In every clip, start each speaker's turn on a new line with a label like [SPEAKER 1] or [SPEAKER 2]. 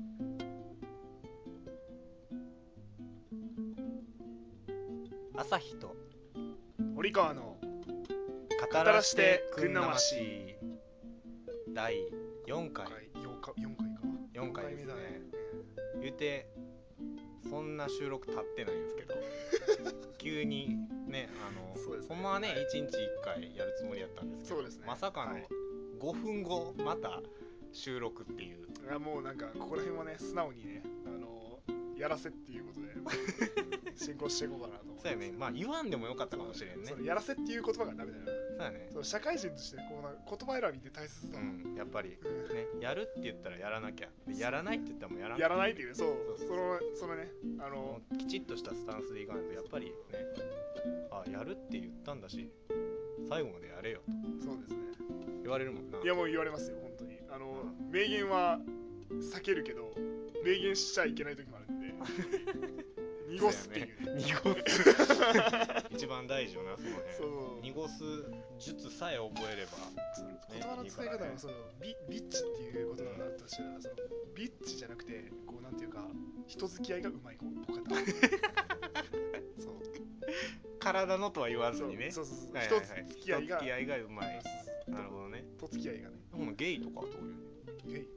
[SPEAKER 1] 朝日と
[SPEAKER 2] 堀川の
[SPEAKER 1] 語らしてくんなまし第4回
[SPEAKER 2] 4回
[SPEAKER 1] ですね。言うてそんな収録経ってないんですけど急にね、ほんまはね、1日1回やるつもりやったんですけど、まさかの5分後また収録っていう。
[SPEAKER 2] いやもうなんかここら辺はね素直にねやらせっていうことで進行していこうかなと思って。
[SPEAKER 1] そうやね、まあ言わんでもよかったかもしれんね。
[SPEAKER 2] やらせっていう言葉がダメだよな。
[SPEAKER 1] そうやね。
[SPEAKER 2] 社会人としてこの言葉選びって大切だもん。
[SPEAKER 1] やっぱりね、やるって言ったらやらなきゃ、やらないって言ったらもうやら
[SPEAKER 2] ないっていう、そのね
[SPEAKER 1] きちっとしたスタンスでいかないとやっぱりね、やるって言ったんだし最後までやれよと。そうですね、言われるもんな。
[SPEAKER 2] いやもう言われますよ本当に。名言は避けるけど明言しちゃいけない時もあるんで濁すっていうね。
[SPEAKER 1] 濁す一番大事よな、その辺。濁す術さえ覚えれば、
[SPEAKER 2] 言葉の使い方はビッチっていうことなんだとしたら、ビッチじゃなくてこうなんていうか人付き合いがうまい子方そう
[SPEAKER 1] 体のとは言わずにね、
[SPEAKER 2] 人付
[SPEAKER 1] き合いがうまい。なるほどね。
[SPEAKER 2] 人付き合いがね。
[SPEAKER 1] ゲイとかはどういう？
[SPEAKER 2] ゲイ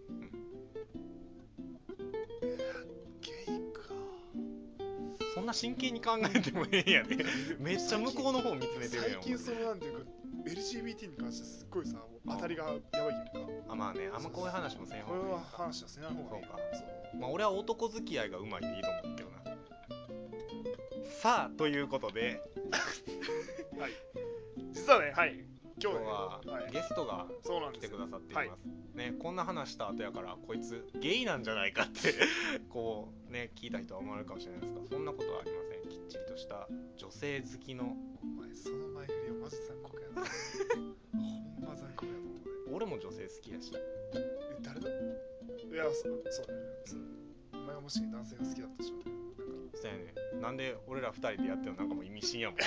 [SPEAKER 2] か。
[SPEAKER 1] そんな真剣に考えてもええんやで。めっちゃ向こうの方見つめてるやん。
[SPEAKER 2] 最近なんていうか LGBT に関してすっごいさ、当たりがやばいやんか。
[SPEAKER 1] まあね、あんまこういう話もせん方がいい。
[SPEAKER 2] こういう話はせん方がいい。そうか。
[SPEAKER 1] まあ俺は男付き合いがうまいでいいと思うけどな。さあということで
[SPEAKER 2] はい、実はね、今日
[SPEAKER 1] はゲストが来てくださっていますね。こんな話した後やからこいつゲイなんじゃないかってこうね、聞いた人は思われるかもしれないですが、そんなことはありません。きっちりとした女性好きの。
[SPEAKER 2] お前その前振りはマジ残酷やなほんま残酷やと思う。
[SPEAKER 1] 俺も女性好きやし。
[SPEAKER 2] 誰だ？いやそうね、お前がもし男性が好きだったでしょ。
[SPEAKER 1] そうやね。なんで俺ら2人でやってるのなんかもう意味深やもん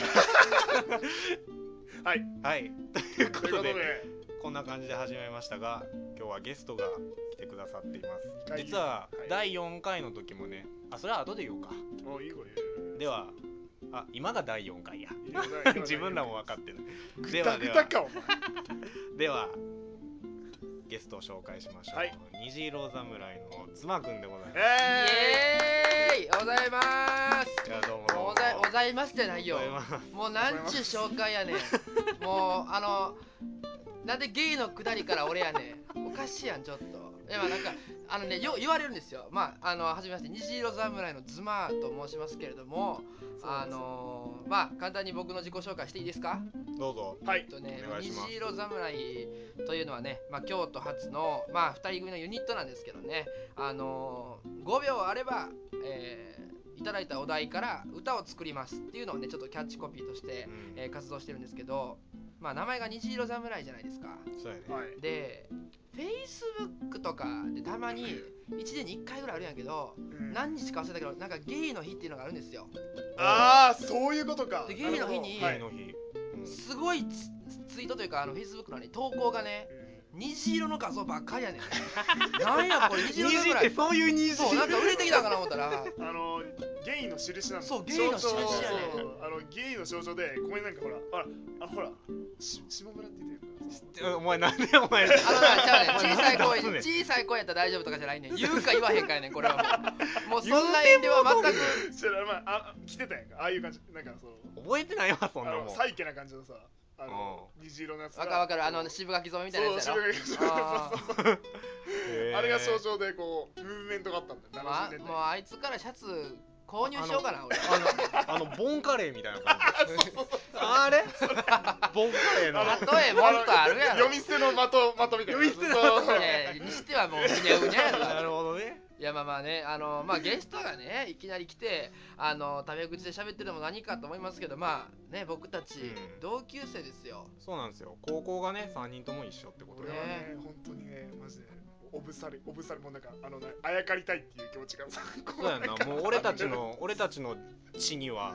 [SPEAKER 1] はいということでこんな感じで始めましたが、今日はゲストが来てくださっています。実は第4回の時もね、それは後で言おうか。
[SPEAKER 2] いい子
[SPEAKER 1] では今が第4回や自分らも分かってる。ではゲストを紹介しましょう。虹色侍の妻くんでございます。
[SPEAKER 3] イエーイ、おざいます。
[SPEAKER 1] いやどうも
[SPEAKER 3] おざいますってないよ。もうなんちゅう紹介やねん。もうなんでゲイのくだりから俺やねん。おかしいやんちょっと。いやなんか言われるんですよ。はじめまして、虹色侍の妻と申しますけれども、簡単に僕の自己紹介していいですか？
[SPEAKER 1] どうぞ。
[SPEAKER 3] お願いします。虹色侍というのはね、京都発の2人組のユニットなんですけどね、5秒あれば、いただいたお題から歌を作りますっていうのをね、ちょっとキャッチコピーとして、活動してるんですけど、名前が虹色侍じゃないですか。
[SPEAKER 1] そうやね。
[SPEAKER 3] で、Facebook とかでたまに1年に1回ぐらいあるんやけど、何日か忘れたけど、なんかゲイの日っていうのがあるんですよ。
[SPEAKER 2] そういうことか。
[SPEAKER 3] でゲイの日にすごいツイートというかFacebook の投稿がね、虹色の画像ばっかりやねん。なんやこれ虹色
[SPEAKER 1] 侍ってそういう虹。
[SPEAKER 3] そうなんか売れてきたんかな思ったら
[SPEAKER 2] ゲイの印なんだ。
[SPEAKER 3] そう、ゲイの印やね
[SPEAKER 2] ん。ゲイの象徴で、ここになんかほら下村って言ってる。
[SPEAKER 1] お前なんでお前
[SPEAKER 3] 小さい声やったら大丈夫とかじゃないねん。言うか言わへんかやねんこれはもうそんな遠慮は全く。
[SPEAKER 2] 来てたやんか、ああいう感じ。なんか
[SPEAKER 1] 覚えてないわそんなもん。
[SPEAKER 2] サイケな感じのさ、虹色のやつ。
[SPEAKER 3] わかる、渋垣染めみたいなやつやろ。
[SPEAKER 2] あれが象徴でこうムーブメントがあったんだよ。
[SPEAKER 3] もうあいつからシャツ購入しようかな俺。
[SPEAKER 1] ボンカレーみたいな感じ。あれボンカレーの
[SPEAKER 3] 例えもっとあるやろ。
[SPEAKER 2] 読み捨ての的みたいな。
[SPEAKER 3] にしてはもうぐにゃぐにゃやろ。
[SPEAKER 1] なるほどね。
[SPEAKER 3] いやね、ゲストがねいきなり来てタメ口で喋ってるのも何かと思いますけど、僕たち同級生ですよ。
[SPEAKER 1] そうなんですよ。高校がね3人とも一緒ってことで。
[SPEAKER 2] 俺はね本当にねマジでおぶされもうなんかあやかりたいっていう気持ちが。
[SPEAKER 1] そうやな。もう俺たちの血には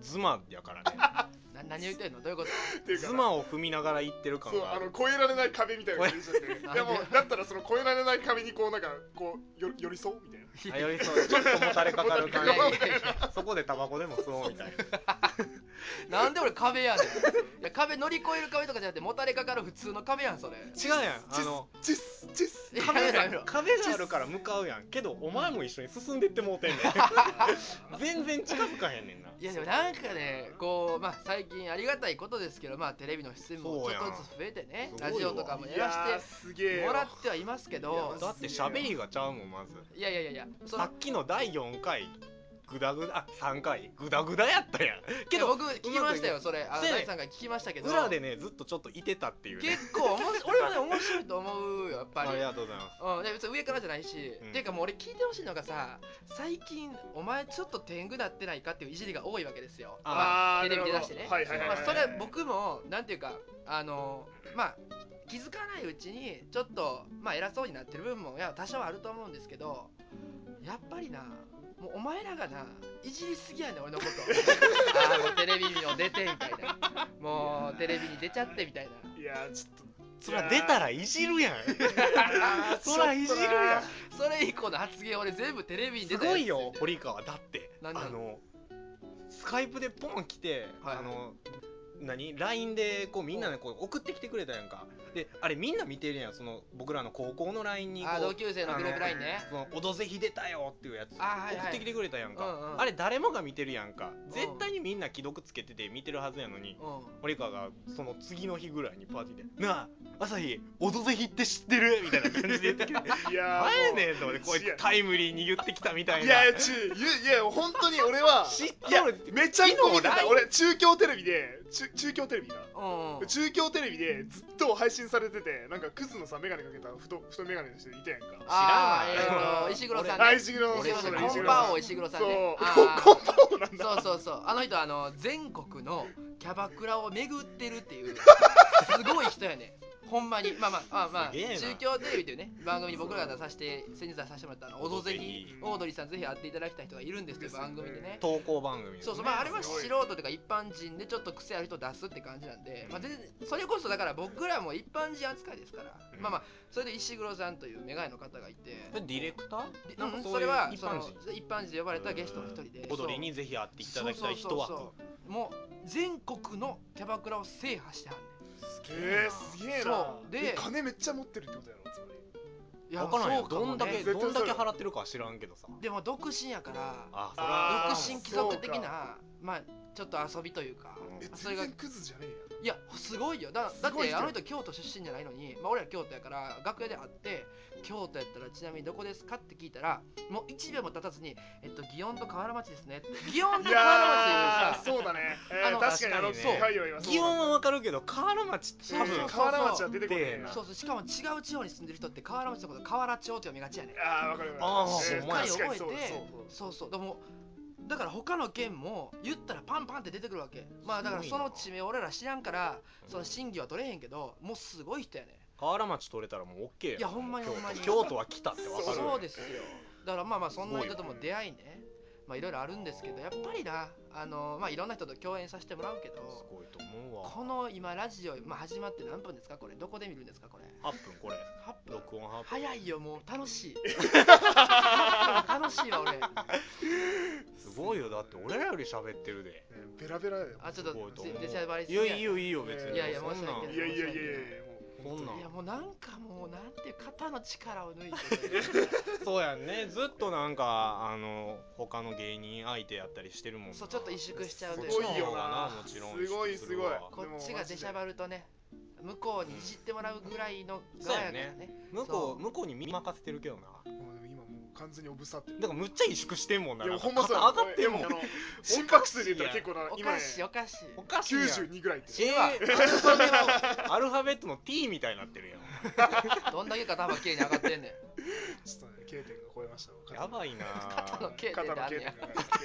[SPEAKER 1] ズマやからね
[SPEAKER 3] 何言ってんのどういうこと
[SPEAKER 1] ズマを踏みながら行ってる感が
[SPEAKER 2] そう越えられない壁みたいな感じででもだったらその越えられない壁にこうなんかこう寄り添うみたいな
[SPEAKER 1] 寄り添うちょっともたれかかる感じそこでタバコでも吸おうみたい
[SPEAKER 3] ななんで俺壁やねんいや壁乗り越える壁とかじゃなくてもたれかかる普通の壁やんそれ
[SPEAKER 1] 違うやん
[SPEAKER 2] チッ
[SPEAKER 1] 壁があるから向かうやんけどお前も一緒に進んでってもうてんねん全然近づかへんねんない
[SPEAKER 3] やでもなんかねこうまあ最近ありがたいことですけどまあテレビの出演もちょっとずつ増えてねラジオとかもやらしてもらってはいますけど
[SPEAKER 1] だって喋りがちゃうもんまず
[SPEAKER 3] いや
[SPEAKER 1] さっきの第4回グダグダ3回グダグダやったやん
[SPEAKER 3] けど僕聞きましたよそれ第3回聞きましたけど
[SPEAKER 1] 裏でねずっとちょっといてたっていうね
[SPEAKER 3] 結構俺はね面白いと思うよやっぱり
[SPEAKER 1] ありがとうございます
[SPEAKER 3] で別に上からじゃないし、っていうかもう俺聞いてほしいのがさ最近お前ちょっと天狗なってないかっていういじりが多いわけですよテレビで出してねそれ僕もなんていうかまあ気づかないうちにちょっとまあ偉そうになってる部分も多少あると思うんですけどやっぱりなもうお前らがないじりすぎやねん俺のこともうテレビに出てみたいなもうテレビに出ちゃってみたいない
[SPEAKER 2] やちょっと
[SPEAKER 1] そら出たらいじるやんそらいじるやん
[SPEAKER 3] それ以降の発言俺全部テレビに出たやつ
[SPEAKER 1] すごいよ堀川だってスカイプでポン来て、LINE でこうみんなでこう送ってきてくれたやんかであれみんな見てるやんその僕らの高校の LINE にこう
[SPEAKER 3] 同級生のグループ LINE ね
[SPEAKER 1] そのオドぜひ出たよっていうやつ送ってきてくれたやんか、
[SPEAKER 3] あ
[SPEAKER 1] れ誰もが見てるやんか絶対にみんな既読つけてて見てるはずやのに堀川がその次の日ぐらいにパーティーでなあ朝日オドぜひって知ってるみたいな感じで言ってきていや何やねんと思ってこうやってタイムリーに言ってきたみたいない
[SPEAKER 2] や本当に俺は
[SPEAKER 1] 知っとる
[SPEAKER 2] めちゃくちゃ見てた俺中京テレビで中京テレビでずっと配信されててなんかクズのさメガネかけた太メガネの人いたやんか
[SPEAKER 1] 知ら
[SPEAKER 3] ん石黒さんね
[SPEAKER 2] 石黒
[SPEAKER 3] コンパ王石黒さんね
[SPEAKER 2] コンパ王なんだ
[SPEAKER 3] そうあの人全国のキャバクラを巡ってるっていうすごい人やねほんまにまあ中京テレビというね番組に僕らが先日出させてもらったオドぜひオードリーさんぜひ会っていただきたい人がいるんですという番組でね
[SPEAKER 1] 投稿番組
[SPEAKER 3] そうまああれは素人というか一般人でちょっと癖ある人を出すって感じなんで全然それこそだから僕らも一般人扱いですからまあそれで石黒さんというメガネの方がいて
[SPEAKER 1] ディレクター
[SPEAKER 3] それは一般人で呼ばれたゲストの一人で
[SPEAKER 1] オドリーにぜひ会っていただきたい人は
[SPEAKER 3] もう全国のキャバクラを制覇してはんねん
[SPEAKER 2] すげえなで金めっちゃ持ってるってことやろつまり
[SPEAKER 3] いや
[SPEAKER 1] 分からんよどんだけ払ってるかは知らんけどさ
[SPEAKER 3] でも独身やから独身貴族的なまあちょっと遊びというか
[SPEAKER 2] それがクズじゃねえや
[SPEAKER 3] いやすごいよだってあの人京都出身じゃないのに俺ら京都やから楽屋で会って京都やったらちなみにどこですかって聞いたらもう1秒も経たずに祇園と河原町ですね祇園と河原町
[SPEAKER 2] そうだね確かに
[SPEAKER 1] 祇園はわかるけど河原町って多分
[SPEAKER 2] 河原町は出てこねえな
[SPEAKER 3] そうしかも違う地方に住んでる人って河原町のこと河原町って読みがちやね
[SPEAKER 2] わかる
[SPEAKER 3] しっかり覚えてそうでもだから他の県も言ったらパンパンって出てくるわけまあだからその地名俺ら知らんからその真偽は取れへんけどもうすごい人やね
[SPEAKER 1] 河原町取れたらもう OK や
[SPEAKER 3] いやほんまに
[SPEAKER 1] 京都は来たって分かる
[SPEAKER 3] そうですよだからまあそんな人とも出会いねまあいろいろあるんですけどやっぱりなまあいろんな人と共演させてもらうけど
[SPEAKER 1] すごいと思うわ
[SPEAKER 3] この今ラジオ始まって何分ですかこれどこで見るんですかこれ
[SPEAKER 1] 8分これ
[SPEAKER 3] 8分
[SPEAKER 1] 録音8分
[SPEAKER 3] 早いよもう楽しい楽しいわ俺
[SPEAKER 1] すごいよだって俺らより喋ってるで
[SPEAKER 2] ベラベラよ
[SPEAKER 3] ちょっと出しゃばりすぎ
[SPEAKER 1] いやいいよ別に
[SPEAKER 3] いや申し訳ない
[SPEAKER 2] いや
[SPEAKER 3] いやもうなんかもうなんていう肩の力を抜いて
[SPEAKER 1] そうやんねずっとなんか他の芸人相手やったりしてるもん
[SPEAKER 3] そうちょっと萎縮しちゃうという
[SPEAKER 2] すごいよな
[SPEAKER 1] もちろん
[SPEAKER 2] すごい
[SPEAKER 3] こっちが出しゃばるとね向こうにいじってもらうぐらいの
[SPEAKER 1] そうやね向こうに身任せてるけどな
[SPEAKER 2] 今もう完全におぶさってる
[SPEAKER 1] だからむっちゃ萎縮してんもんな
[SPEAKER 2] ほんまそう
[SPEAKER 1] 上がってんもん
[SPEAKER 2] 心拍数で言ったら結構な
[SPEAKER 3] 今ねおかしい
[SPEAKER 2] 92ぐらいって
[SPEAKER 1] アルファベットの T みたいになってるやん
[SPEAKER 3] どんだけ肩幅綺麗に上がってんねん
[SPEAKER 2] ちょっとね K 点が超えました
[SPEAKER 1] やばいな
[SPEAKER 3] 肩の K 点であんねや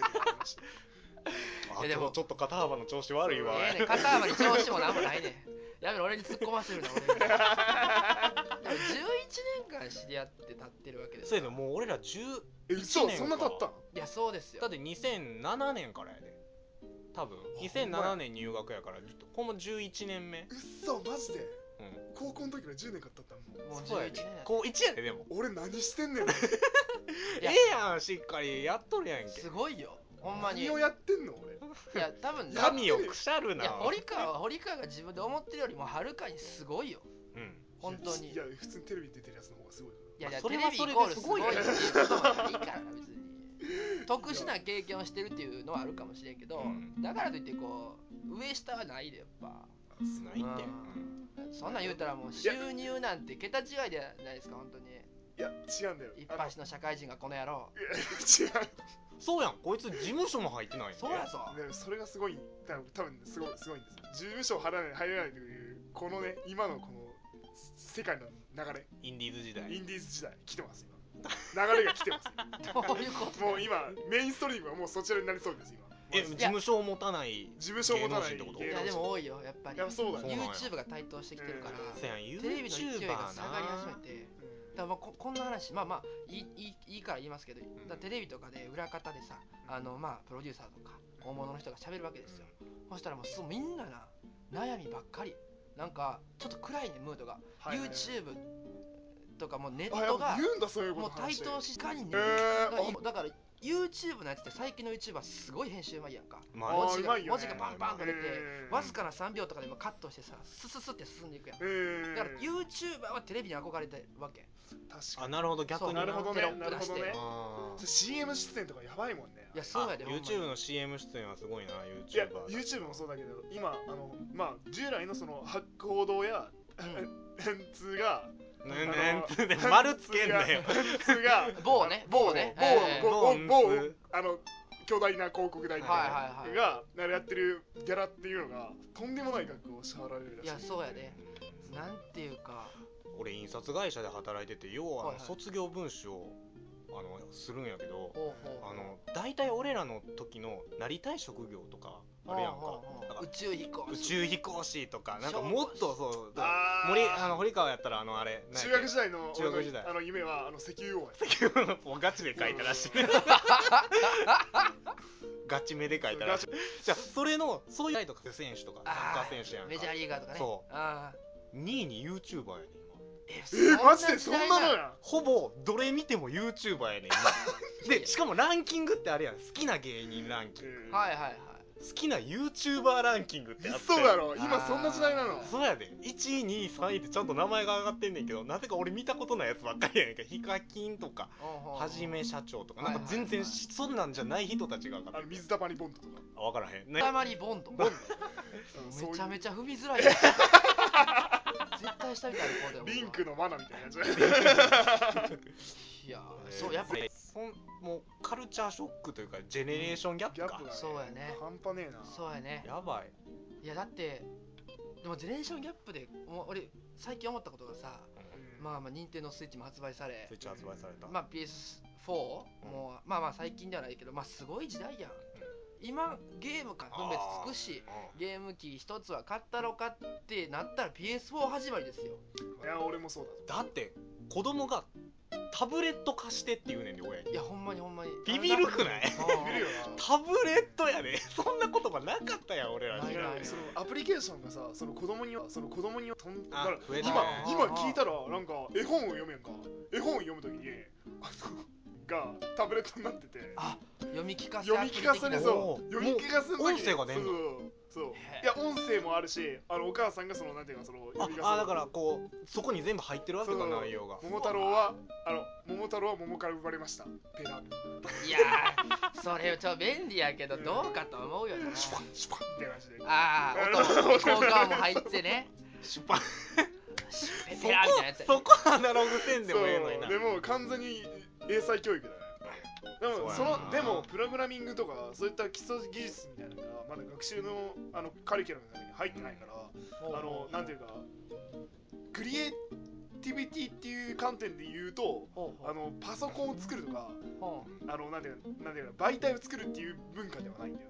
[SPEAKER 1] でもちょっと肩幅の調子悪いわ
[SPEAKER 3] 肩幅に調子もなんもないねやめろ俺に突っ込ませるな俺にでも11年間知り合って経ってるわけです
[SPEAKER 1] そうやねもう俺ら11年
[SPEAKER 2] そうそんな経った
[SPEAKER 3] いやそうですよ
[SPEAKER 1] だって2007年からやで多分2007年入学やからほんま11年目。
[SPEAKER 2] うっそマジで、高校の時の10年かったも
[SPEAKER 3] う11年
[SPEAKER 1] 高1やで。でも
[SPEAKER 2] 俺何してんねん
[SPEAKER 1] やん、しっかりやっとるやんけ。
[SPEAKER 3] すごいよほんまに。
[SPEAKER 2] 何をやってんの俺。
[SPEAKER 3] いや多分
[SPEAKER 1] 神をくしゃるな。
[SPEAKER 3] いや堀川が自分で思ってるよりもはるかにすごいよ。本当に。
[SPEAKER 2] いや普通にテレビ出てるやつの方がすごい。
[SPEAKER 3] いやテレビイコールすごいっていうこともないから別に。特殊な経験をしてるっていうのはあるかもしれんけど、だからといってこう上下はないでやっぱ。
[SPEAKER 1] ないって。
[SPEAKER 3] そんなん言うたらもう収入なんて桁違いじゃないですか本当に。
[SPEAKER 2] いや違うんだよ。
[SPEAKER 3] 一般の社会人がこの野郎。
[SPEAKER 2] 違う。
[SPEAKER 1] そうやん、こいつ事務所も入ってないんで。
[SPEAKER 3] そうやぞ。
[SPEAKER 2] それがすごい多分すごいんですよ。事務所入れないというこのね今のこの世界の流れ。
[SPEAKER 1] インディーズ時代
[SPEAKER 2] 来てます今。流れが来てます
[SPEAKER 3] よ。どういうこと？
[SPEAKER 2] もう今メインストリームはもうそちらになりそうです今。
[SPEAKER 1] 事務所を持たない芸能人ってこと？
[SPEAKER 3] いやでも多いよやっぱり。
[SPEAKER 2] いやそうだね。
[SPEAKER 3] YouTube が台頭してきてるから。テレビの勢いが下がり始めて。だからこんな話まあいいから言いますけど、テレビとかで裏方でさプロデューサーとか大物の人が喋るわけですよ。そしたらもうみんな悩みばっかり。なんかちょっと暗いねムードが。YouTube とかもネットがもう台頭しかりね。だからYouTube のやつって最近の YouTuber すごい編集うまいやんか。文字がパンパンと出てわずかな3秒とかでもカットしてさスススって進んでいくやん。だから YouTuber はテレビに憧れてるわけ。
[SPEAKER 2] 確かに。
[SPEAKER 1] なるほど逆に。
[SPEAKER 2] なるほどね。
[SPEAKER 3] CM
[SPEAKER 2] 出演とかやばいもんね。
[SPEAKER 3] いやそうやで。
[SPEAKER 1] YouTube の CM 出演はすごいな。
[SPEAKER 2] いや YouTube もそうだけど今従来のその報道や通が
[SPEAKER 1] で丸つけんなよ。
[SPEAKER 3] 某
[SPEAKER 2] 巨大な広告代理店がやってるギャラっていうのがとんでもない額を支払われるらしい。
[SPEAKER 3] いやそうやで。なんていうか
[SPEAKER 1] 俺印刷会社で働いてて要は卒業文集をするんやけど、大体俺らの時のなりたい職業とかあるやんか。
[SPEAKER 3] 宇宙飛行
[SPEAKER 1] 士とかなんかもっとそう堀川やったらあれ
[SPEAKER 2] 中学時代の夢は石油王
[SPEAKER 1] をガチで書いたらしい。ガチめで書いたらしい。じゃあそういうとか選手とかサッカー選手やんか。
[SPEAKER 3] メジャーリーガーとかね。
[SPEAKER 1] そう2位に YouTuber やねん。
[SPEAKER 2] マジでそんなのや。
[SPEAKER 1] ほぼどれ見ても YouTuber やねん。でしかもランキングってあれやん。好きな芸人ランキング。好きな YouTuber ランキングってあって。
[SPEAKER 2] そうだろ今そんな時代なの。
[SPEAKER 1] そうやで。1位2位3位ってちゃんと名前が上がってんねんけど、なぜか俺見たことないやつばっかりやねんか。ヒカキンとかはじめ社長とかなんか全然そんなんじゃない人たちが上がってる。
[SPEAKER 2] 水溜りボンドとか
[SPEAKER 1] 分からへん。
[SPEAKER 3] 水溜りボンドめちゃめちゃ踏みづらい。絶対したみたいな子だよ。
[SPEAKER 2] リンクのマナみたいなやつ。
[SPEAKER 3] いやそうやっぱ
[SPEAKER 1] もうカルチャーショックというかジェネレーションギャップか。
[SPEAKER 3] そうやね。
[SPEAKER 2] 半端ねえな。
[SPEAKER 3] そうやね。
[SPEAKER 1] やばい。
[SPEAKER 3] いやだってでもジェネレーションギャップで俺最近思ったことがさ、任天堂スイッチも発売され、
[SPEAKER 1] スイッチ発売された。
[SPEAKER 3] PS4 も最近ではないけどすごい時代やん。今ゲームか分別つくし、ゲーム機一つは買ったろかってなったら PS4 始まりですよ。
[SPEAKER 2] いや俺もそうだ。
[SPEAKER 1] だって子供がタブレット貸してって言うねんで親に。
[SPEAKER 3] いやほんまに
[SPEAKER 1] ビビるくない？
[SPEAKER 2] ビビるよな。
[SPEAKER 1] タブレットやで。そんな言葉なかったやん俺らに。
[SPEAKER 2] そのアプリケーションがさその子供には今聞いたらなんか絵本を読めんか。絵本を読むときにがタブレットになってて。
[SPEAKER 3] 読み聞かせ
[SPEAKER 2] でそう読み聞かせの
[SPEAKER 1] 音声が出んの。
[SPEAKER 2] そういや音声もあるしお母さんがそのなんていうかその
[SPEAKER 1] だからこうそこに全部入ってるわけか内容が。
[SPEAKER 2] 桃太郎は桃から生まれましたペラ。
[SPEAKER 3] いやそれ便利やけどどうかと思うよな。
[SPEAKER 2] シュパンってマジで。
[SPEAKER 3] 効果も入ってね。
[SPEAKER 1] シュパン
[SPEAKER 3] ペラみたいなやつ。
[SPEAKER 1] そこアナログせんでもええのにな。
[SPEAKER 2] でも完全に英才教育だね。でもプログラミングとかそういった基礎技術みたいなのがまだ学習のカリキュラムの中に入ってないからなんていうかクリエイティビティっていう観点で言うとパソコンを作るとかなんていうか媒体を作るっていう文化ではないんだよ。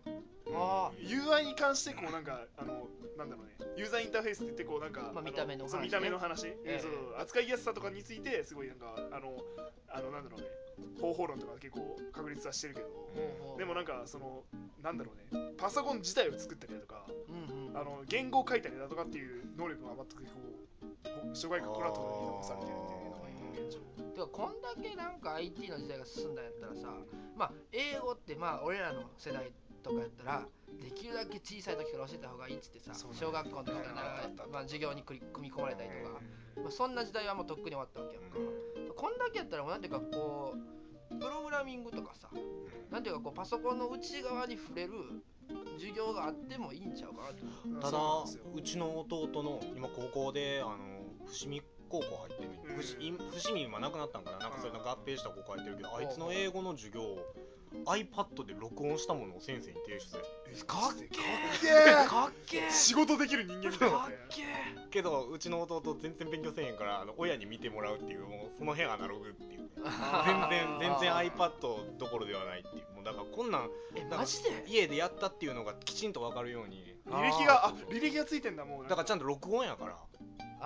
[SPEAKER 2] UI に関してこうなんかなんだろうね、ユーザーインターフェースって言ってこうなんか、
[SPEAKER 3] 見た目の話、ね、
[SPEAKER 2] 見た目の話、そう扱いやすさとかについてすごいなんかなんだろうね、方法論とか結構確立はしてるけど、でもなんかなんだろうね、パソコン自体を作ったりだとか、言語を書いたりだとかっていう能力が全くこう諸外国からとか評価されてるっていうのが今現状。
[SPEAKER 3] てかこんだけなんか IT の時代が進んだんやったらさ、まあ英語ってまあ俺らの世代とかやったらできるだけ小さい時から教えた方がいいっつってさ、小学校とかからまあ授業に組み込まれたりとか、まあ、そんな時代はもうとっくに終わったわけやんか。こんだけやったらもうなんていうかこうプログラミングとかさ、なんていうかこうパソコンの内側に触れる授業があってもいいんちゃうかなと。
[SPEAKER 1] ただうちの弟の今高校で伏見高校入ってる、伏見はなくなったんかな、なんかそれの合併した高校入ってるけど、あいつの英語の授業を iPad で録音したものを先生に提出する。
[SPEAKER 3] かっけ
[SPEAKER 2] ー
[SPEAKER 3] かっけー
[SPEAKER 2] 仕事できる人間みたいな。
[SPEAKER 3] かっけー
[SPEAKER 1] けどうちの弟全然勉強せえへんから親に見てもらうっていう、もうその辺アナログっていう全然 iPad どころではないっていう、もうだからこんなん
[SPEAKER 3] マジで
[SPEAKER 1] 家でやったっていうのがきちんと分かるように
[SPEAKER 2] 履歴がついてんだもん。
[SPEAKER 1] だからちゃんと録音やから、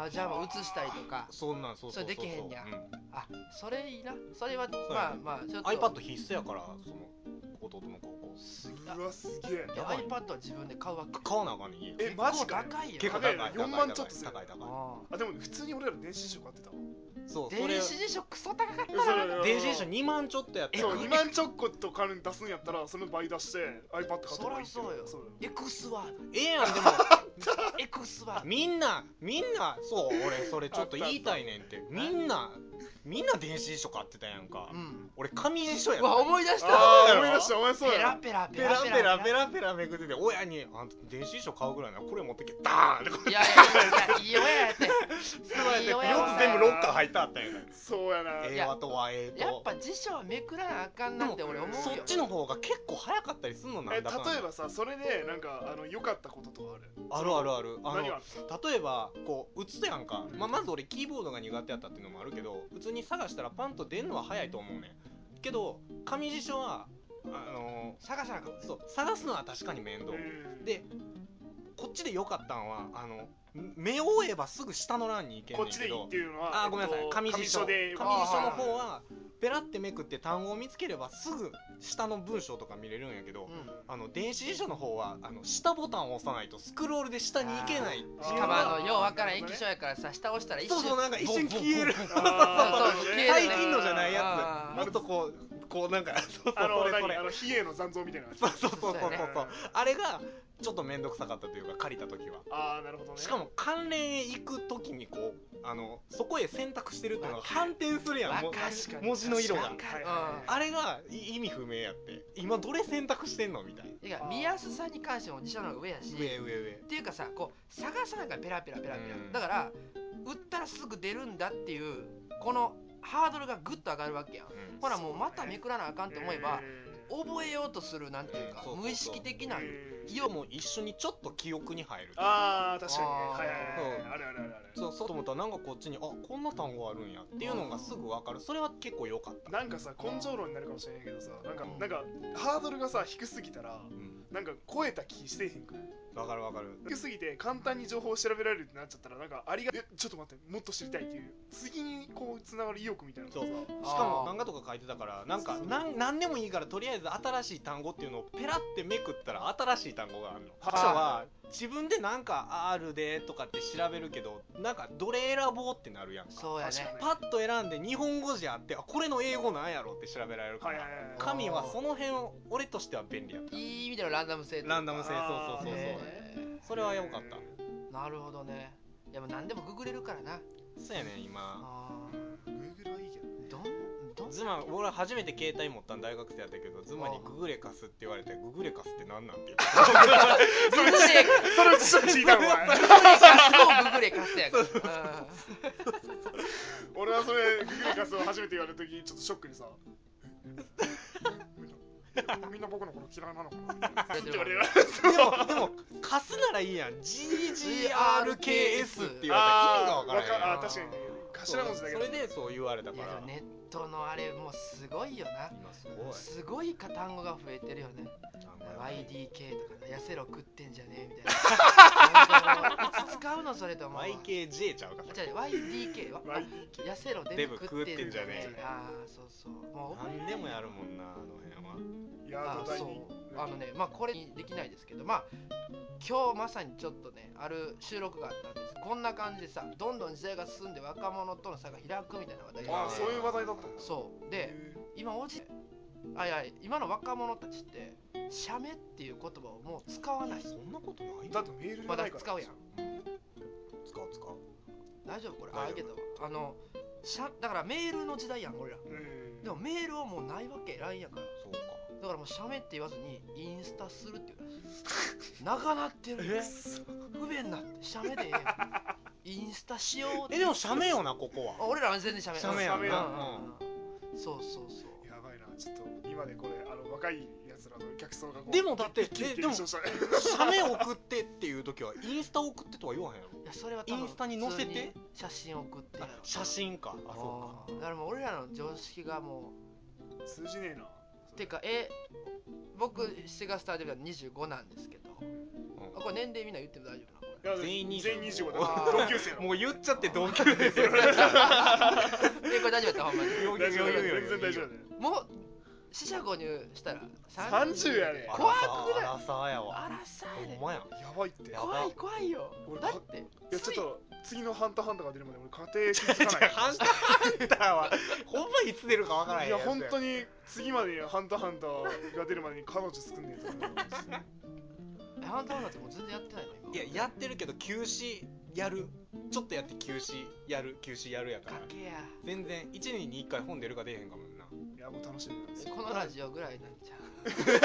[SPEAKER 3] じゃあもう映したりとか
[SPEAKER 1] そんなんそう
[SPEAKER 3] それできへんや、あそれいいな、それはまあちょっと
[SPEAKER 1] iPad 必須やから、その弟の高校
[SPEAKER 2] うわすげえ。
[SPEAKER 3] iPad は自分で買うわけ。
[SPEAKER 1] 買わなあかんねん家。
[SPEAKER 2] マジか。
[SPEAKER 3] 高いよ。
[SPEAKER 2] 結構高い。4万ちょっとする。
[SPEAKER 1] 高い。
[SPEAKER 2] でも普通に俺ら電子辞書買ってたわ。
[SPEAKER 1] そう、
[SPEAKER 3] 電子辞書クソ高かったな。
[SPEAKER 1] 電子辞書2万ちょっとやった
[SPEAKER 2] そう2万ちょっこと金出すんやったらその倍出して iPad 買った方がいい。
[SPEAKER 3] そうよ。エクスワード。
[SPEAKER 1] やんでも
[SPEAKER 3] エクスワード。
[SPEAKER 1] みんなそう、俺それちょっと言いたいねんって。みんな電子辞書買ってたやんか。俺紙辞書やった。
[SPEAKER 3] 思い出した。
[SPEAKER 2] お前そうや。
[SPEAKER 3] ペラ
[SPEAKER 2] ペ
[SPEAKER 1] ラめくってて、親にあんた電子辞書買うぐらいならこれ持ってけダーンって。
[SPEAKER 3] いやいい親やって。
[SPEAKER 1] よく全部ロッカー入ってあったんや。
[SPEAKER 2] そうやな。
[SPEAKER 1] 英和と和英と。
[SPEAKER 3] やっぱ辞書はめくらなあかんなって俺思うよ。
[SPEAKER 1] そっちの方が結構早かったりすんのなんだかんだ。
[SPEAKER 2] 例えばさ、それでなんか良かったこととかある？
[SPEAKER 1] ある。例えばこう打つやんか。まず俺キーボードが苦手やったっていうのもあるけど、普通に探したらパンと出るのは早いと思うねん。けど紙辞書は
[SPEAKER 3] 探さなかった。
[SPEAKER 1] そう、探すのは確かに面倒で、こっちで良かったんは目を追えばすぐ下の欄に行けんねんけど、
[SPEAKER 2] こっちでいいっていうのは
[SPEAKER 1] ごめんなさい、紙辞書の方はペラってめくって単語を見つければすぐ下の文章とか見れるんやけど、電子辞書の方は下ボタンを押さないとスクロールで下に行けない。
[SPEAKER 3] しかもようわからん液晶やからさ、下押したら一瞬
[SPEAKER 1] そうなんか一瞬消える。
[SPEAKER 3] 最
[SPEAKER 1] 近のじゃないやつ、もっとこうなんか
[SPEAKER 2] 比叡の残像みたいな。
[SPEAKER 1] そうあれがちょっと面倒くさかったというか、借りた時は。
[SPEAKER 2] なるほどね。
[SPEAKER 1] しかも関連へ行く時にこうそこへ選択してるっていうのが反転するやん、文字の色が。あれが意味不明やって、今どれ選択してんのみたいな。
[SPEAKER 3] 見やすさに関しても辞書の方が上やし、
[SPEAKER 1] 上
[SPEAKER 3] っていうかさ、こう探さなきゃペラペラだから打ったらすぐ出るんだっていうこのハードルがグッと上がるわけやん。ほらもうまためくらなあかんと思えば覚えようとする、なんていうか無意識的な
[SPEAKER 1] 色も一緒にちょっと記憶に入る。
[SPEAKER 2] 確かにね。ある。
[SPEAKER 1] そうと思ったらなんかこっちにこんな単語あるんやっていうのがすぐ分かる。それは結構良かった。
[SPEAKER 2] なんかさ、根性論になるかもしれないけどさ、なんかハードルがさ低すぎたらなんか超えた気してへんくない？
[SPEAKER 1] わかる。
[SPEAKER 2] 低すぎて簡単に情報を調べられるってなっちゃったら、なんかちょっと待って、もっと知りたいっていう次にこうつながる意欲みたいなのがさ。
[SPEAKER 1] しかも漫画とか書いてたから、なんか何でもいいからとりあえず新しい単語っていうのをペラってめくったら新しい単語があるの。読者は自分でなんかあるでとかって調べるけど、なんかどれ選ぼうってなるやんか。
[SPEAKER 3] そうやね。
[SPEAKER 1] パッと選んで日本語じゃあって、これの英語なんやろって調べられるから、紙はその辺俺としては便利やった。
[SPEAKER 3] いい意味でのランダム性。
[SPEAKER 1] そうそれは良かった。
[SPEAKER 3] なるほどね。でも何でもググれるからな。
[SPEAKER 1] そうやね今。
[SPEAKER 2] グーグルはいいけどね。
[SPEAKER 1] 俺初めて携帯持ったん大学生やったけど、妻にググレカスって言われて、ググレカスって何なんて言って
[SPEAKER 2] それちょっと聞いたお前。
[SPEAKER 3] ググレカスやから。
[SPEAKER 2] 俺はそれググレカスを初めて言われた時ちょっとショックにさ、みんな僕のこと嫌いなのかなって言われる。
[SPEAKER 1] でも貸すならいいやん。GGRKS って言われたら意味が分からへん。
[SPEAKER 2] 確かに頭文字だけど。
[SPEAKER 1] それでそう言われたから。
[SPEAKER 3] ネットのあれもうすごいよな。
[SPEAKER 1] 今す
[SPEAKER 3] ごい単語が増えてるよね。
[SPEAKER 1] 単語
[SPEAKER 3] YDK とか痩せろ食ってんじゃねえみたいな。いつ使うのそれと思う。
[SPEAKER 1] YKJ ちゃうか。
[SPEAKER 3] 違う YDK は痩せろデブ食ってんじゃねえ。ああそうそう。
[SPEAKER 1] もう何でもやるもんなあの辺は。
[SPEAKER 3] そうまあこれにできないですけど、まあ今日まさにちょっとねある収録があったんです。こんな感じでさ、どんどん時代が進んで若者との差が開くみたいな話題が。
[SPEAKER 2] ああそういう話題だったんだ。
[SPEAKER 3] そうで今今の若者たちって写メっていう言葉をもう使わない。
[SPEAKER 1] そんなことない。
[SPEAKER 2] だってメールじゃないから。
[SPEAKER 3] まだ使うやん。
[SPEAKER 1] 使う。
[SPEAKER 3] 大丈夫これ。あげたわ。だからメールの時代やん俺ら。でもメールはもうないわけ。 LINE やから。
[SPEAKER 1] そうか。
[SPEAKER 3] だからもう写メって言わずにインスタするっていうらしい。長なってる。不便なって写メでインスタしようって。
[SPEAKER 1] でも写メよなここは。
[SPEAKER 3] 俺らは全然写メ。
[SPEAKER 1] 写メやな。
[SPEAKER 3] そう
[SPEAKER 2] やばいな。ちょっと今でこれ若いやつらの客層が
[SPEAKER 1] でもだってでも写メ送ってっていう時はインスタ送ってとは言わへんやろ。
[SPEAKER 3] いやそれは
[SPEAKER 1] インスタに載せて
[SPEAKER 3] 写真送ってやろ。
[SPEAKER 1] 写真か。あそうか。
[SPEAKER 3] だからもう俺らの常識がも
[SPEAKER 2] う通じねえな。
[SPEAKER 3] てか僕7月スタートで25なんですけど、これ年齢みんな言っても大丈夫なの？こ
[SPEAKER 1] れ全員
[SPEAKER 2] 25だ。同級生の。
[SPEAKER 1] もう言っちゃって同級生ですよ。
[SPEAKER 3] これ大丈夫やったほんまに。
[SPEAKER 2] 全然大丈夫。
[SPEAKER 3] もう四捨五入したら
[SPEAKER 2] 30やね。
[SPEAKER 3] 怖くない？
[SPEAKER 1] アラサーやわ。
[SPEAKER 3] アラサーや。
[SPEAKER 1] ほんまや。
[SPEAKER 2] やばいって。
[SPEAKER 3] 怖いよ。だってい
[SPEAKER 2] やちょっと次のハンターハンターが出るまで俺家庭気づかない。
[SPEAKER 1] ハンターハンターはほんまいつ出るかわからへん。
[SPEAKER 2] いや本当に次までにハンターハンターが出るまでに彼女作んねえと思うんですよ。
[SPEAKER 3] ハンターハンターってもう全然やってないの今。
[SPEAKER 1] いややってるけど休止やる。ちょっとやって休止やるやから。
[SPEAKER 3] かけや。
[SPEAKER 1] 全然1年に1回本出るか出えへんかもな。
[SPEAKER 2] いやもう楽しみなんですよ。
[SPEAKER 3] このラジオぐらいなんちゃう。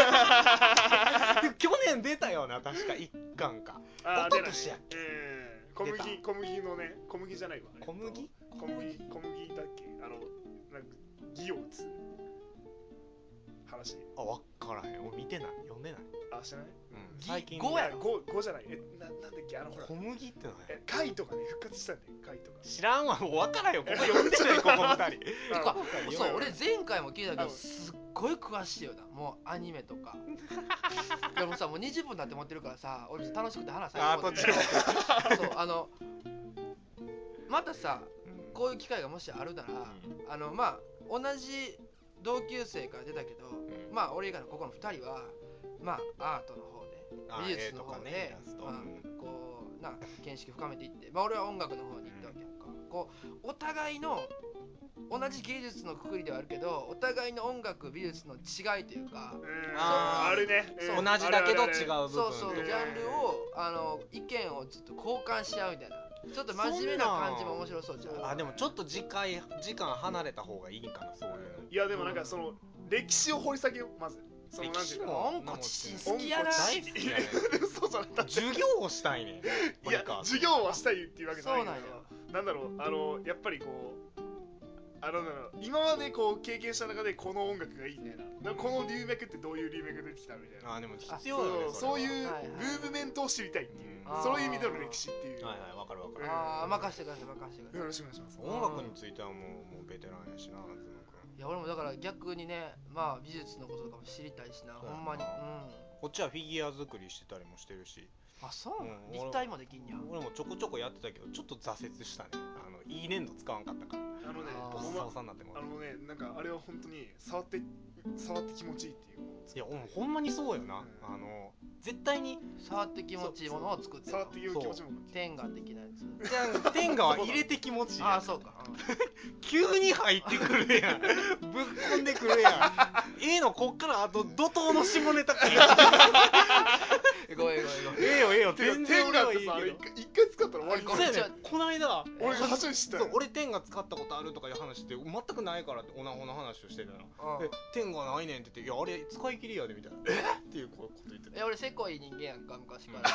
[SPEAKER 1] 去年出たよな確か1巻か。
[SPEAKER 2] あ
[SPEAKER 1] 一昨年やっけ。
[SPEAKER 2] 小麦のね、小麦じゃないわ。
[SPEAKER 1] 小麦
[SPEAKER 2] だっけ。なんか義を打つ話。
[SPEAKER 1] わからへん。俺見てない。読んでない。
[SPEAKER 2] あ、知らない？
[SPEAKER 1] 最近
[SPEAKER 3] 5やろ。
[SPEAKER 2] 5じゃない。なんだっけほら。
[SPEAKER 1] 小麦って何？
[SPEAKER 2] 貝とかね復活したんだよ。貝とか。
[SPEAKER 1] 知らんわ。もう分からんよ。ここ読んでないここ2人。
[SPEAKER 3] そう俺前回も聞いたけどすっごい詳しいよな。もうアニメとか。でもさもう20分だって思ってるからさ、俺楽しくて話さない。そうまたさこういう機会がもしあるなら、まあ同じ同級生から出たけど、まあ俺以外のここの2人はまあアートの方で美術の方でこうな見識深めていって、まあ俺は音楽の方に行ったわけやんか。こうお互いの同じ芸術のくくりではあるけどお互いの音楽美術の違いというか、
[SPEAKER 2] あるね。
[SPEAKER 1] 同じだけど違う部分。
[SPEAKER 3] そうジャンルを意見をずっと交換し合うみたいな。ちょっと真面目な感じも面白そうじゃん。
[SPEAKER 1] でもちょっと時間離れた方がいいかなそういうの。
[SPEAKER 2] いやでもなんかその歴史を掘り下げようまず。
[SPEAKER 1] 歴史も
[SPEAKER 3] 音楽好きやな。
[SPEAKER 1] 大好きやね。
[SPEAKER 2] そうじゃない。
[SPEAKER 1] 授業をしたいね。
[SPEAKER 2] いや授業はしたいっていうわけじゃないけど。
[SPEAKER 3] そう
[SPEAKER 2] なんだろうやっぱりこう今までこう経験した中でこの音楽がいいねな。この流脈ってどういう流脈で出てきたみたいな。
[SPEAKER 1] でも必要よね。
[SPEAKER 2] そういうムーブメントを知りたいっていう。そういう意味での歴史っていう。
[SPEAKER 1] はいわかる。
[SPEAKER 3] 任せてください。
[SPEAKER 2] よろしくお願いします。
[SPEAKER 1] 音楽についてはもうベテランやしな。
[SPEAKER 3] いや俺もだから逆にね、まあ美術のこととかも知りたいしな、ほんまに。
[SPEAKER 1] こっちはフィギュア作りしてたりもしてるし。
[SPEAKER 3] あ、そうなの？立体もできんや。
[SPEAKER 1] 俺もちょこちょこやってたけどちょっと挫折したね。いい粘土使わんかったから。ボッサボサになっても。
[SPEAKER 2] なんかあれは本当に触って気持ちいいっていう。
[SPEAKER 1] いやほんまにそうよな。絶対に
[SPEAKER 3] 触って気持ちいいものを作ってる。
[SPEAKER 2] 触って気持ちいいもの。
[SPEAKER 3] 天下的なやつ。
[SPEAKER 1] じゃあ天下は入れて気持ちいい。
[SPEAKER 3] あ、そうか。
[SPEAKER 1] 急に入ってくるやん。ぶっ込んでくるやん。のこっからあと怒涛の下ネタか。
[SPEAKER 3] ごめん。
[SPEAKER 1] よ全然俺はいいけど。
[SPEAKER 2] 一回使ったら終わり。
[SPEAKER 1] そうやね。この間
[SPEAKER 2] 俺初めて知った。
[SPEAKER 1] 俺天が使ったことあるとかいう話って全くないからってオナホの話をしてたの。で天がないねんって言って、いやあれ使い切りやでみたいな。っていうこと言ってた。
[SPEAKER 3] 俺せこい人間やんか昔から。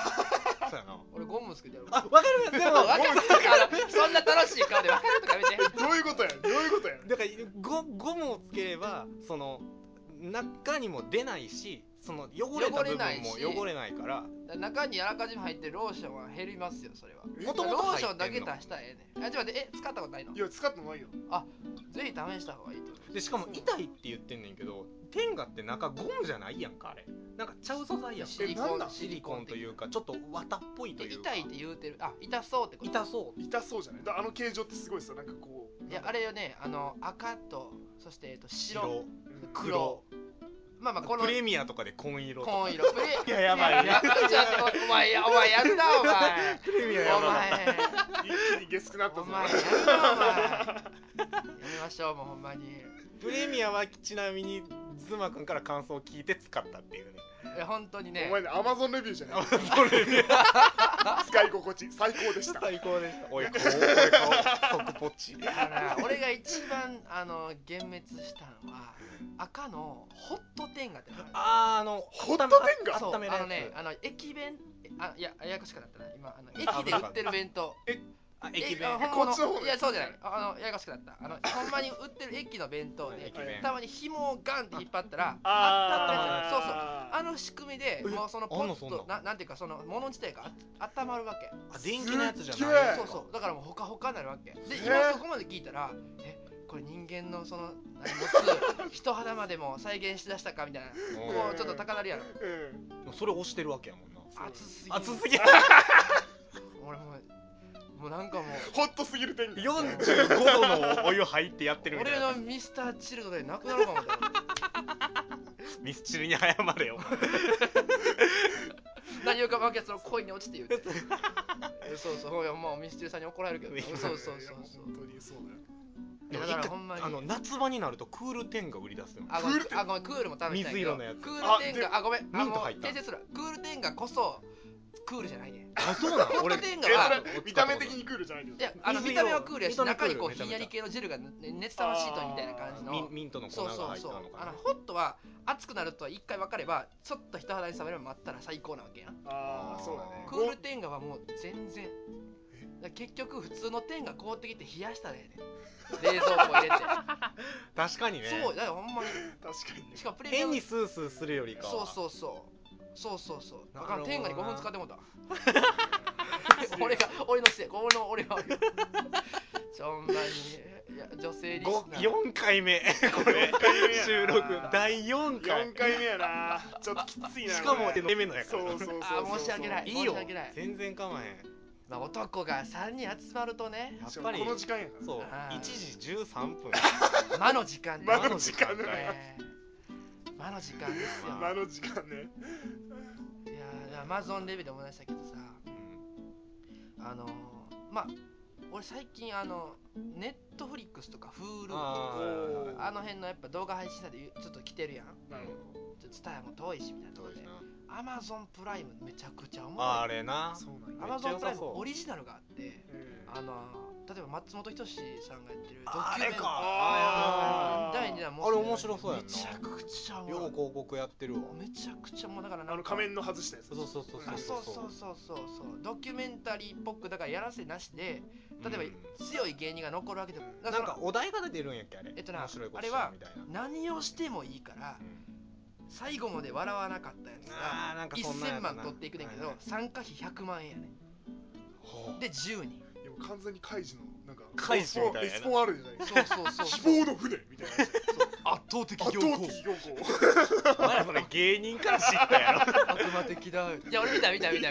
[SPEAKER 1] そうやな。
[SPEAKER 3] 俺ゴムつけてやる。
[SPEAKER 1] あ、わかる。でも
[SPEAKER 3] わかるからそんな楽しい顔でわかるとかやめて。
[SPEAKER 2] どういうことや。
[SPEAKER 1] だからゴムをつければその中にも出ないし、その汚れた部分も汚れないから。
[SPEAKER 3] 中にあらかじめ入ってるローションは減りますよそれは。
[SPEAKER 1] もともと
[SPEAKER 3] ローションだけ足したらええねん。ちょっと待って、使ったことないの？
[SPEAKER 2] いや使ったことないよ。
[SPEAKER 3] あ、ぜひ試した方がいいと思う。
[SPEAKER 1] でしかも痛いって言ってんねんけど、天下って中ゴムじゃないやんかあれ。なんかちゃう素材やんか。シリコンというかちょっと綿っぽいというか。
[SPEAKER 3] 痛いって言うてる。痛そうってこと。
[SPEAKER 1] 痛そう
[SPEAKER 2] じゃない。あの形状ってすごいさ、なんかこう。
[SPEAKER 3] いやあれよね、赤とそして白、黒。まあこの
[SPEAKER 1] プレミアとかで紺色とか。
[SPEAKER 3] 紺色。
[SPEAKER 1] いややばい。
[SPEAKER 3] お前やったお前。
[SPEAKER 1] プレミアやばい。
[SPEAKER 3] お前
[SPEAKER 2] 一気にゲスくなったぞ。
[SPEAKER 3] お前やるなお前。やめましょうもうほんまに。
[SPEAKER 1] プレミアはちなみにズマくんから感想を聞いて使ったっていうね。
[SPEAKER 3] いや本当にね。
[SPEAKER 2] お前ね、アマゾンレビューじゃない。
[SPEAKER 1] アマゾンレビュー。
[SPEAKER 2] 使い心地最高でした。
[SPEAKER 1] 最高でした。おい、これ即ポチ。
[SPEAKER 3] 俺が一番幻滅したのは赤のホットテンガっての
[SPEAKER 2] ホットテンガ。
[SPEAKER 3] そう駅弁ややこしくなったな今駅で売ってる弁当。
[SPEAKER 1] 駅弁。
[SPEAKER 2] こっちの方。
[SPEAKER 3] いやそうじゃないややこしくなった。ほんまに売ってる駅の弁当でたまに紐をガンって引っ張ったら温まるやつ。そうそう仕組みでもうそのポッとなんていうかその物自体が温まるわけ。
[SPEAKER 1] 電気のやつじゃない。
[SPEAKER 3] そうだからもうほかほかになるわけで、今そこまで聞いたらこれ人間のその持つ人肌までも再現しだしたかみたいなもうちょっと高鳴りやろ。
[SPEAKER 1] それ押してるわけやもんな。
[SPEAKER 3] 熱すぎる俺もうなんかもう
[SPEAKER 2] ホットすぎる天気。
[SPEAKER 1] 45度のお湯入ってやってるみたいな。
[SPEAKER 3] 俺のミスターチルドでなくなるかもね。
[SPEAKER 1] ミスチルに謝れよ。
[SPEAKER 3] 何をかわけその恋に落ちて言うて。そうもうミスチルさんに怒られるけど。そう
[SPEAKER 2] 本当にそうだよ。
[SPEAKER 3] だからほんまに
[SPEAKER 1] 夏場になるとクールテンが売り出すの。
[SPEAKER 3] ごめんクールも楽しいんだけど。
[SPEAKER 1] 水色のやつ。
[SPEAKER 3] クールテンガごめん
[SPEAKER 1] ミント入った。
[SPEAKER 3] 訂正する。クールテンガこそクールじゃないね。
[SPEAKER 1] そうなの。
[SPEAKER 3] 俺テンガは
[SPEAKER 2] 見た目的にクールじゃないけど。
[SPEAKER 3] いや見た目はクールやし中にこうひんやり系のジェルが熱玉シートみたいな感じの
[SPEAKER 1] ミントの粉が入ったのかな。
[SPEAKER 3] ホットは熱くなると一回分かればちょっと人肌に冷めるまで待ったら最高なわけやん。
[SPEAKER 2] そうだね。
[SPEAKER 3] クールテンガはもう全然結局普通のテンガ凍ってきて冷やしたらええねん。冷蔵庫入れて。
[SPEAKER 1] 確かにね。
[SPEAKER 3] そうだからほんまに。
[SPEAKER 2] 確かに。
[SPEAKER 3] しかもプレミアム。
[SPEAKER 1] 変にスースーするよりかは。
[SPEAKER 3] そう。だから天下に5分使ってもうた。俺のせい。俺が。ほんまにいや女性リスナー。
[SPEAKER 1] 4回目これ収録第4回。
[SPEAKER 2] 4回目やな。ちょっときついな。
[SPEAKER 1] しかも手目のやから。
[SPEAKER 3] そう申し訳ない。
[SPEAKER 1] いいよ。全然構えん。
[SPEAKER 3] 男が3人集まるとね、
[SPEAKER 2] やっぱりこの時間やから。
[SPEAKER 1] そう1時13分。
[SPEAKER 3] 魔の時間ね。
[SPEAKER 2] 魔の時間ね。
[SPEAKER 3] 魔の時間ですよ。
[SPEAKER 2] 魔の時間ね。
[SPEAKER 3] いやアマゾンレビューで思い出したけどさ、俺最近ネットフリックスとか Hulu あの辺のやっぱ動画配信者でちょっと来てるやん。
[SPEAKER 2] なるほど。
[SPEAKER 3] ちょっとツタヤも遠いしみたいなところで。アマゾンプライムめちゃくちゃおもろい。
[SPEAKER 1] あれな。
[SPEAKER 3] アマゾンプライムオリジナルがあって、例えば松本人志さんがやってるドキュメンタリー第2弾も
[SPEAKER 1] あれ面白そうやんな。
[SPEAKER 3] めちゃくちゃおもろい。
[SPEAKER 1] よう広告やってるわ。
[SPEAKER 3] めちゃくちゃもうだから
[SPEAKER 2] 仮面の外したやつ。
[SPEAKER 3] そうドキュメンタリーっぽくだからやらせなしで、例えば強い芸人が残るわけでも
[SPEAKER 1] なんかお題が出るんやっけあれ。
[SPEAKER 3] あれは何をしてもいいから最後まで笑わなかったやつが1000万取っていくねんけど、参加費100万円やねんで10人。
[SPEAKER 2] 完全にカイジのなんか
[SPEAKER 1] カイジみたいな
[SPEAKER 2] エスポンあるじゃない。
[SPEAKER 3] そう
[SPEAKER 2] 希望の船みたいな。
[SPEAKER 3] 圧倒的良好。
[SPEAKER 1] お前らそれ芸人から知ったやろ。
[SPEAKER 3] 悪魔的だ。いや俺見たさあ言って。い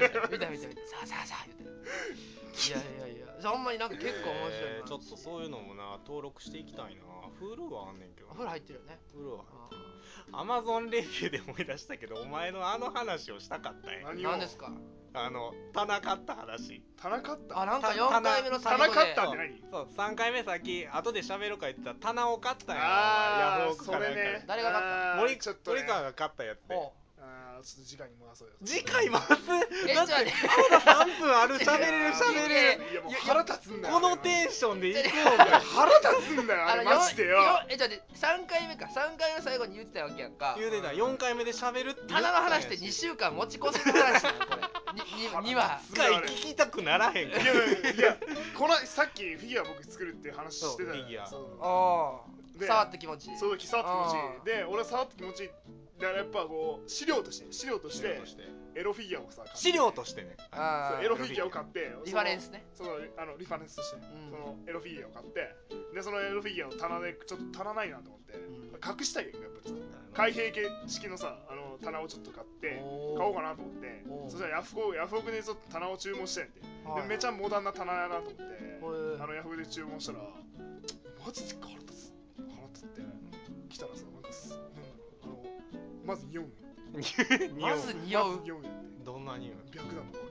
[SPEAKER 3] やほんまになんか結構面白い。
[SPEAKER 1] ちょっとそういうのもな登録していきたいな。Hulu はあんねんけど。
[SPEAKER 3] Hulu入ってるよね。
[SPEAKER 1] Hulu はアマゾンレビューで思い出したけど、お前の話をしたかったんや。
[SPEAKER 3] 何ですか。
[SPEAKER 1] 棚買った話。
[SPEAKER 2] 棚買った。
[SPEAKER 3] なんか4回目の最後で
[SPEAKER 2] 棚買ったって何。
[SPEAKER 1] そう3回目さっき後で喋るか言ってた棚を買ったんや。ヤフオクかなんかで。
[SPEAKER 3] 誰が買った
[SPEAKER 1] 森川が買ったやつで。
[SPEAKER 2] ちょっと次回に回そうよ。
[SPEAKER 1] 次回回す。だって
[SPEAKER 3] ま
[SPEAKER 1] だ3分ある。喋れる。
[SPEAKER 2] いやもう腹立つんだよ。
[SPEAKER 1] このテンションでいこう
[SPEAKER 2] か。腹立つんだよあれマジでよ。
[SPEAKER 3] じゃあ3回目の最後に言ってたわけやんか。
[SPEAKER 1] 言うてた。4回目で喋るって言
[SPEAKER 3] 棚の話で2週間持ち越せる話なのこれ。2話。
[SPEAKER 1] 聞きたくならへんか。
[SPEAKER 2] いやさっきフィギュア僕作るって話してたよ。
[SPEAKER 3] 触って気持ちいい。
[SPEAKER 2] そう触って気持ちいい。で俺触って気持ちいい。だからやっぱこう資料としてエロフィギュアをさ
[SPEAKER 1] 資料としてね
[SPEAKER 2] エロフィギュアを買って
[SPEAKER 3] リファレンスね
[SPEAKER 2] そのリファレンスとして、そのエロフィギュアを買ってでそのエロフィギュアを棚でちょっと足らないなと思って、隠したいよやっぱりさ開閉系式のさ棚をちょっと買って買おうかなと思ってそしたらヤフオクでちょっと棚を注文してんでめちゃモダンな棚やなと思ってヤフオクで注文したらマジで腹立って来たらさなんかまず匂う
[SPEAKER 3] まず匂う
[SPEAKER 1] どんな匂う
[SPEAKER 2] 白檀の香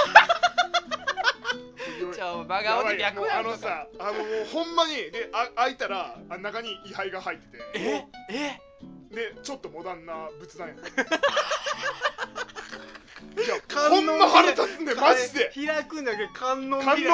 [SPEAKER 2] り
[SPEAKER 3] 真顔で白檀
[SPEAKER 2] もうさもうほんまにで開いたら中に位牌が入っててでちょっとモダンな仏壇やねいやほんま腹立つねマジで
[SPEAKER 1] 開くんだけど観音
[SPEAKER 2] 開きで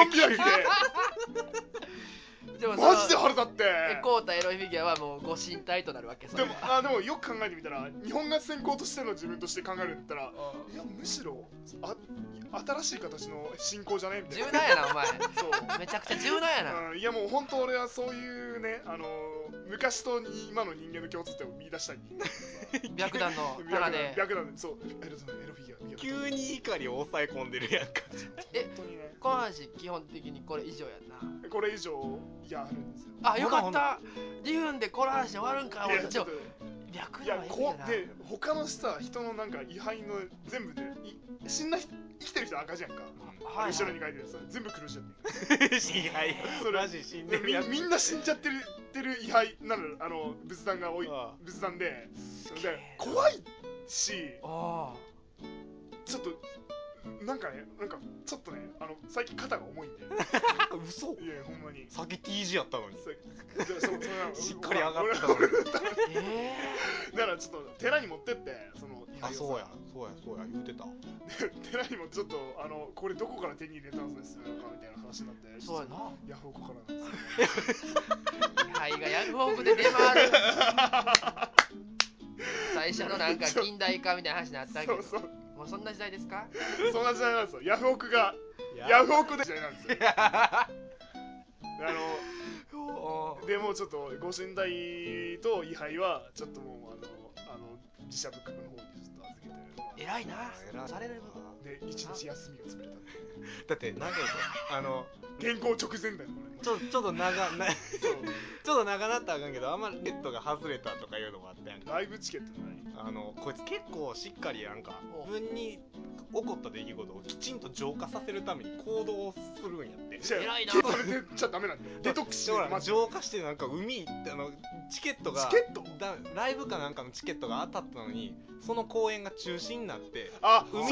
[SPEAKER 2] マジで腹立って
[SPEAKER 3] 買うたエロフィギュアはもうご神体となるわけ
[SPEAKER 2] でもよく考えてみたら日本が先行としての自分として考えるんだったらいやむしろ新しい形の信仰じゃねみたいな
[SPEAKER 3] 柔軟やなお前
[SPEAKER 2] そう
[SPEAKER 3] めちゃくちゃ柔軟やな、
[SPEAKER 2] いやもう本当俺はそういうね昔と今の人間の共通点を見出したい人間
[SPEAKER 3] 白檀の棚で
[SPEAKER 2] 白檀そうエロフィギュア
[SPEAKER 1] 急に怒りを抑え込んでるやんか
[SPEAKER 2] 本当にね
[SPEAKER 3] この話基本的にこれ以上やんな
[SPEAKER 2] これ以上いやあるんですよ
[SPEAKER 3] あよかった2分でこの話終わるんか
[SPEAKER 2] いやちょっと
[SPEAKER 3] 白檀はいいんだな
[SPEAKER 2] で他のさ人のなんか位牌の全部で死んだ人生きてる人赤じゃんか、後ろに書いてるさ全部黒字やってる
[SPEAKER 1] 位牌マジ死んでるやつ
[SPEAKER 2] みんな死んじゃってる位牌なの仏壇が仏壇で怖いしちょっとなんかちょっとね最近肩が重いんで
[SPEAKER 1] 嘘
[SPEAKER 2] いやほんまに
[SPEAKER 1] さっき T 字やったのに
[SPEAKER 2] し
[SPEAKER 1] っかり上がってたのに
[SPEAKER 2] だからちょっと寺に持ってって
[SPEAKER 1] そうや言うてた
[SPEAKER 2] 寺にもちょっとこれどこから手に入れたんですかみたいな話になって
[SPEAKER 3] そうやな
[SPEAKER 2] ヤフオクからなんですよ
[SPEAKER 3] 位牌がヤフオクで出回る最初のなんか近代化みたいな話になったけど
[SPEAKER 2] そう
[SPEAKER 3] もうそんな時代ですか
[SPEAKER 2] そんな時代なんですよヤフオクで時代なんですよでもちょっとご神体と位牌はちょっともう自社仏閣の方にちょっと預けて
[SPEAKER 3] 偉いなされる
[SPEAKER 2] で1日休みが潰れた
[SPEAKER 1] だってなんか
[SPEAKER 2] 原稿直前だよ
[SPEAKER 1] ちょっと長なったらあかんけどあんまりネットが外れたとかいうのもあってやんか
[SPEAKER 2] ライブチケットない
[SPEAKER 1] こいつ結構しっかりやんか自分に起こった出来事をきちんと浄化させるために行動をするんやって
[SPEAKER 3] 偉いな
[SPEAKER 2] 消されてちゃダメなんだよデトックスして
[SPEAKER 1] 浄化してなんか海行ってチケットがライブかなんかのチケットが当たったのにその公演が中止になって
[SPEAKER 2] そう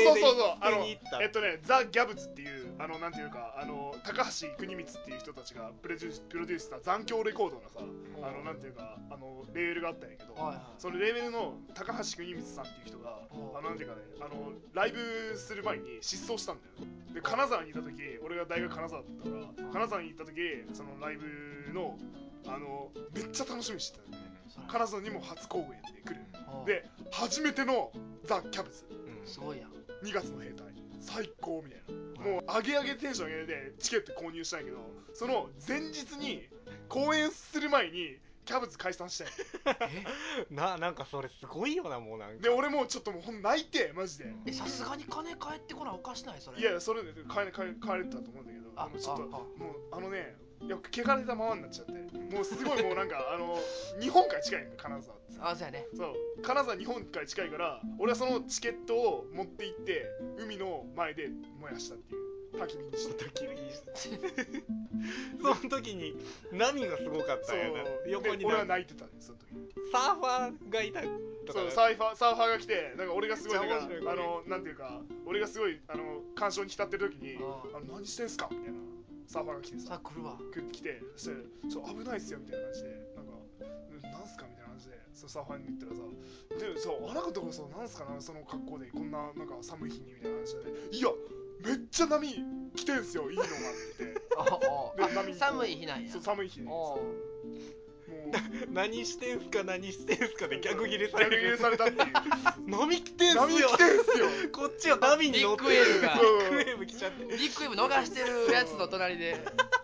[SPEAKER 2] ザ・ギャブズっていうなんていうか高橋国光っていう人たちがプロデュースした残響レコードのさなんていうかレーベルがあったんやけどそのレーベルの高橋国光さんっていう人がなんていうかねライブする前に失踪したんだよで金沢にいた時俺が大学金沢だったから金沢に行った時そのライブのめっちゃ楽しみにしてたんだよね金沢にも初公演で来るで初めてのザ・キャブズ
[SPEAKER 3] すごいやん
[SPEAKER 2] 2月の兵隊最高みたいなもう上げテンション上げてチケット購入したんやけどその前日に公演する前にキャブズ解散したんや
[SPEAKER 1] なんかそれすごいよなもうなんか
[SPEAKER 2] で俺もうちょっともう泣いてマジで
[SPEAKER 3] さすがに金返ってこないおかしないそれ
[SPEAKER 2] いやそれで帰れたと思うんだけどちょっともういや汚れたままになっちゃってもうすごいもうなんか日本から近いんだ金沢って
[SPEAKER 3] そうやね
[SPEAKER 2] そう金沢日本から近いから俺はそのチケットを持って行って海の前で燃やしたっていう焚き火にして
[SPEAKER 1] その時に波がすごかったんやな横に
[SPEAKER 2] 俺は泣いてたんですその時
[SPEAKER 1] サーファーがいたとか
[SPEAKER 2] そうサーファーが来てなんか俺がすごいなんていうか俺がすごい感傷に浸ってる時に何してんすかみたいなサーファーが来てさ来てそして危ないっすよみたいな感じでなんすかみたいな感じでサーファーに言ったらさであなたとこさなんすかなその格好でこんななんか寒い日にみたいな話でいやめっちゃ波来てんすよいいのがって
[SPEAKER 3] 波寒い日なんや
[SPEAKER 2] そう寒い日でもう
[SPEAKER 1] 何してんすかで逆ギレされ
[SPEAKER 2] たっていう
[SPEAKER 1] 波来てんすよこっちは波に乗って
[SPEAKER 3] ビッグウェーブが
[SPEAKER 1] ビッグウェーブ来ちゃって
[SPEAKER 3] ビッグウェーブ逃してるやつの隣で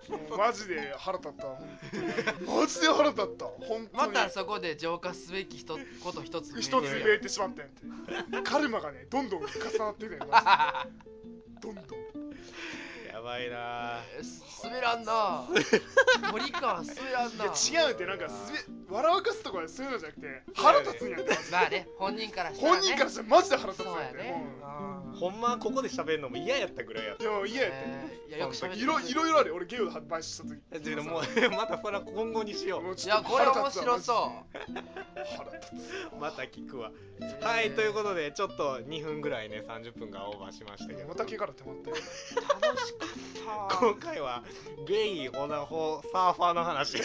[SPEAKER 2] マジで腹立ったマジで腹立った本当に
[SPEAKER 3] またそこで浄化すべきこと一つ
[SPEAKER 2] 言えてしまったんやってカルマがねどんどん重なっててどんどん
[SPEAKER 1] やばいな
[SPEAKER 3] 滑らんな森川滑らんな。
[SPEAKER 2] いや違うってなんか笑わかすとかそういうのじゃなくて腹立つんやって
[SPEAKER 3] まあね本人からしたらマジで腹立つんやって
[SPEAKER 1] ほんまここで喋るのも嫌やったぐらいやった。
[SPEAKER 2] いや嫌やって
[SPEAKER 3] いやよく喋って
[SPEAKER 2] いろいろある俺ゲームで買収した時
[SPEAKER 1] もうまたそれは今後にしよう。
[SPEAKER 3] いやこれ面白そう
[SPEAKER 2] 腹立つ
[SPEAKER 1] また聞くわ。はいということでちょっと2分ぐらいね30分がオーバーしましたけど
[SPEAKER 2] また毛から手間って
[SPEAKER 3] 楽しかった
[SPEAKER 1] 今回はゲイオナホサーファーの話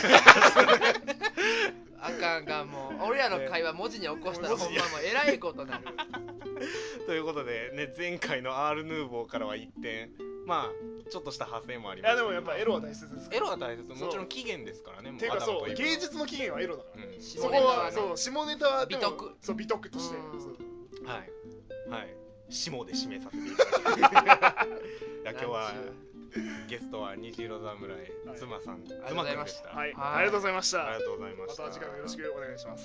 [SPEAKER 3] あかんがもう俺らの会話文字に起こしたらほんまもうえらいことなる
[SPEAKER 1] ということでね前回の R ヌーボーからは一転まあちょっとした派生もあります。
[SPEAKER 2] いやでもやっぱエロは大切です。
[SPEAKER 1] エロは大切。もちろん起源ですからね。
[SPEAKER 2] ていうかそう芸術の起源はエロだから、そこはそう下ネタは
[SPEAKER 3] 美徳
[SPEAKER 2] そう美徳として
[SPEAKER 1] はいはい下で締めさせていただき今日はゲストは虹色侍妻さん妻くんでした。
[SPEAKER 2] はいありがとうございました。
[SPEAKER 1] ありがとうございました。
[SPEAKER 2] また次回もよろしくお願いします。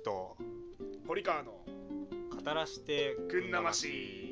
[SPEAKER 1] 朝日と
[SPEAKER 2] 堀川の
[SPEAKER 1] 語らして
[SPEAKER 2] くんなまし。